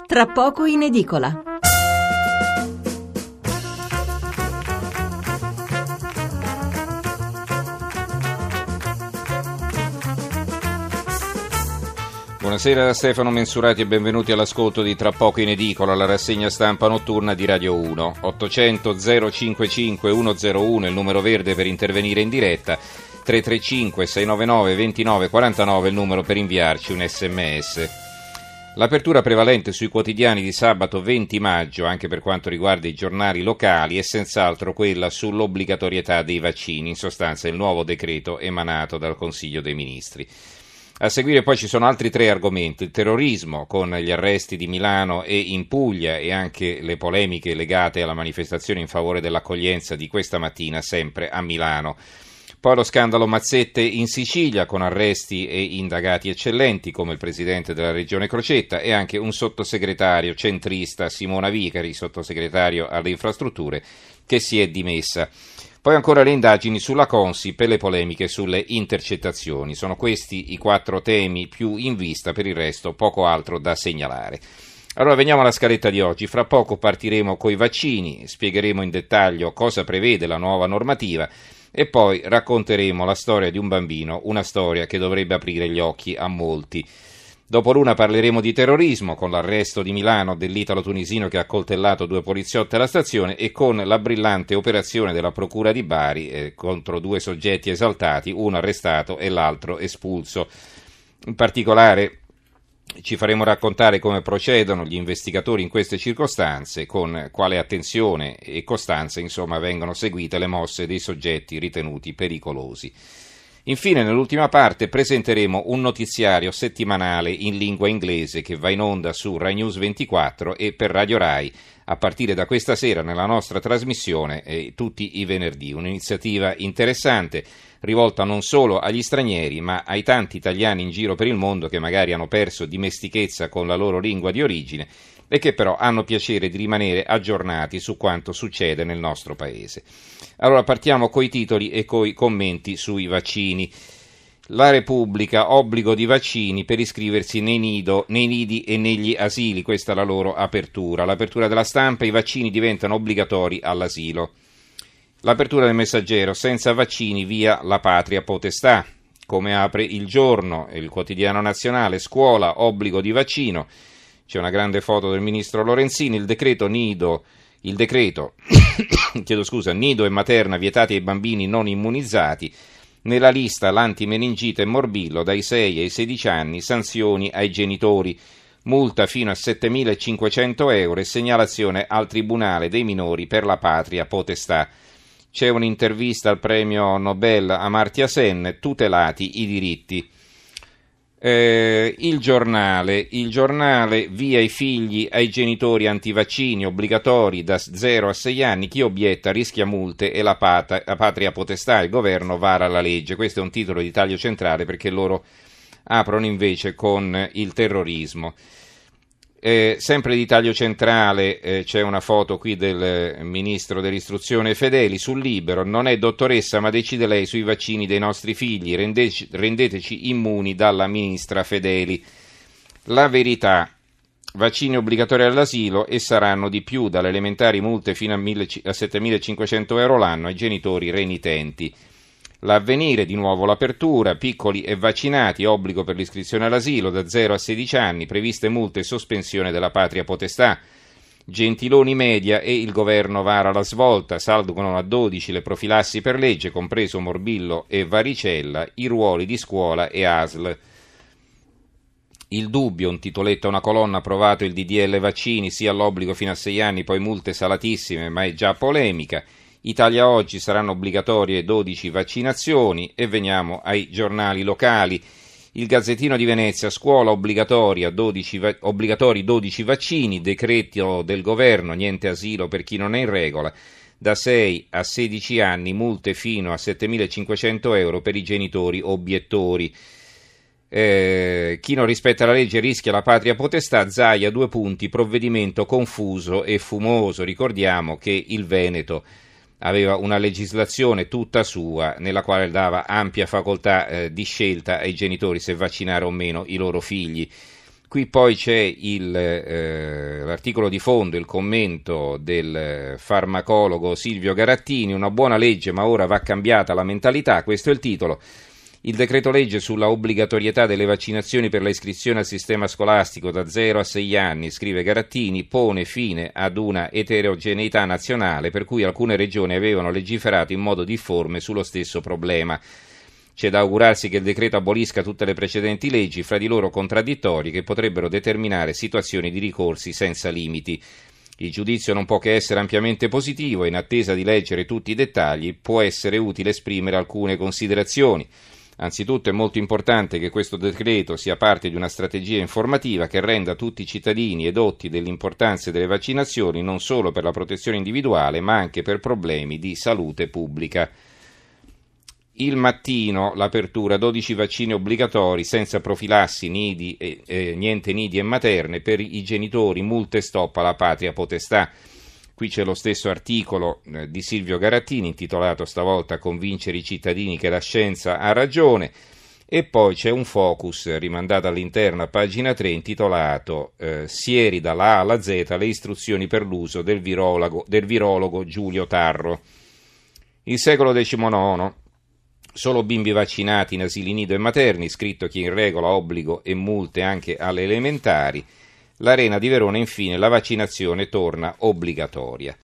Tra poco in edicola. Buonasera da Stefano Mensurati e benvenuti all'ascolto di Tra poco in edicola, la rassegna stampa notturna di Radio 1. 800 055 101 il numero verde per intervenire in diretta, 335 699 2949 il numero per inviarci un sms. L'apertura prevalente sui quotidiani di sabato 20 maggio, anche per quanto riguarda i giornali locali, è senz'altro quella sull'obbligatorietà dei vaccini, in sostanza il nuovo decreto emanato dal Consiglio dei Ministri. A seguire poi ci sono altri tre argomenti: il terrorismo con gli arresti di Milano e in Puglia e anche le polemiche legate alla manifestazione in favore dell'accoglienza di questa mattina sempre a Milano. Poi lo scandalo Mazzette in Sicilia con arresti e indagati eccellenti come il presidente della regione Crocetta e anche un sottosegretario centrista, Simona Vicari, sottosegretario alle infrastrutture, che si è dimessa. Poi ancora le indagini sulla Consip e le polemiche sulle intercettazioni. Sono questi i quattro temi più in vista, per il resto poco altro da segnalare. Allora veniamo alla scaletta di oggi. Fra poco partiremo coi vaccini, spiegheremo in dettaglio cosa prevede la nuova normativa e poi racconteremo la storia di un bambino, una storia che dovrebbe aprire gli occhi a molti. Dopo l'una parleremo di terrorismo, con l'arresto di Milano dell'italo-tunisino che ha accoltellato due poliziotti alla stazione e con la brillante operazione della Procura di Bari contro due soggetti esaltati, uno arrestato e l'altro espulso. In particolare ci faremo raccontare come procedono gli investigatori in queste circostanze, con quale attenzione e costanza, insomma, vengono seguite le mosse dei soggetti ritenuti pericolosi. Infine, nell'ultima parte, presenteremo un notiziario settimanale in lingua inglese che va in onda su Rai News 24 e per Radio Rai a partire da questa sera nella nostra trasmissione tutti i venerdì. Un'iniziativa interessante rivolta non solo agli stranieri ma ai tanti italiani in giro per il mondo che magari hanno perso dimestichezza con la loro lingua di origine e che però hanno piacere di rimanere aggiornati su quanto succede nel nostro paese. Allora partiamo coi titoli e coi commenti sui vaccini. La Repubblica, obbligo di vaccini per iscriversi nei nidi e negli asili, questa è la loro apertura. L'apertura della Stampa, i vaccini diventano obbligatori all'asilo. L'apertura del Messaggero, senza vaccini via la patria potestà. Come apre Il Giorno, il quotidiano nazionale, scuola, obbligo di vaccino. C'è una grande foto del ministro Lorenzini, il decreto nido e materna vietati ai bambini non immunizzati. Nella lista l'antimeningite e morbillo dai 6 ai 16 anni, sanzioni ai genitori, multa fino a 7.500 euro e segnalazione al Tribunale dei minori per la patria potestà. C'è un'intervista al premio Nobel Amartya Sen, tutelati i diritti. Il giornale, via i figli ai genitori antivaccini obbligatori da 0 a 6 anni, chi obietta rischia multe e la patria potestà, il governo vara la legge. Questo è un titolo di taglio centrale perché loro aprono invece con il terrorismo. Sempre di taglio centrale c'è una foto qui del ministro dell'istruzione Fedeli sul Libero. Non è dottoressa ma decide lei sui vaccini dei nostri figli, rendeteci immuni dalla ministra Fedeli. La Verità, vaccini obbligatori all'asilo e saranno di più, dalle elementari multe fino a 7.500 euro l'anno ai genitori renitenti. L'Avvenire, di nuovo l'apertura, piccoli e vaccinati, obbligo per l'iscrizione all'asilo da 0 a 16 anni, previste multe e sospensione della patria potestà. Gentiloni Media e il governo vara la svolta, salgono a 12 le profilassi per legge, compreso morbillo e varicella, i ruoli di scuola e ASL. Il Dubbio, un titoletto a una colonna, approvato il DDL vaccini, sia l'obbligo fino a 6 anni, poi multe salatissime, ma è già polemica. Italia Oggi, saranno obbligatorie 12 vaccinazioni e veniamo ai giornali locali. Il Gazzettino di Venezia, scuola obbligatoria, obbligatori 12 vaccini, decreto del governo, niente asilo per chi non è in regola, da 6 a 16 anni, multe fino a 7.500 euro per i genitori obiettori. Chi non rispetta la legge rischia la patria potestà. Zaia, 2 punti, provvedimento confuso e fumoso. Ricordiamo che il Veneto aveva una legislazione tutta sua nella quale dava ampia facoltà di scelta ai genitori se vaccinare o meno i loro figli. Qui poi c'è l'articolo di fondo, il commento del farmacologo Silvio Garattini, una buona legge ma ora va cambiata la mentalità, questo è il titolo. Il decreto legge sulla obbligatorietà delle vaccinazioni per la iscrizione al sistema scolastico da 0 a 6 anni, scrive Garattini, pone fine ad una eterogeneità nazionale per cui alcune regioni avevano legiferato in modo difforme sullo stesso problema. C'è da augurarsi che il decreto abolisca tutte le precedenti leggi, fra di loro contraddittorie, che potrebbero determinare situazioni di ricorsi senza limiti. Il giudizio non può che essere ampiamente positivo e in attesa di leggere tutti i dettagli può essere utile esprimere alcune considerazioni. Anzitutto è molto importante che questo decreto sia parte di una strategia informativa che renda tutti i cittadini edotti dell'importanza delle vaccinazioni non solo per la protezione individuale ma anche per problemi di salute pubblica. Il Mattino, l'apertura, 12 vaccini obbligatori senza profilassi, niente nidi e materne per i genitori, multe stop alla patria potestà. Qui c'è lo stesso articolo di Silvio Garattini intitolato stavolta Convincere i cittadini che la scienza ha ragione e poi c'è un focus rimandato all'interno a pagina 3 intitolato Sieri dalla A alla Z le istruzioni per l'uso del virologo Giulio Tarro. Il secolo XIX. Solo bimbi vaccinati in asili nido e materni, scritto chi in regola obbligo e multe anche alle elementari. L'Arena di Verona infine la vaccinazione torna obbligatoria.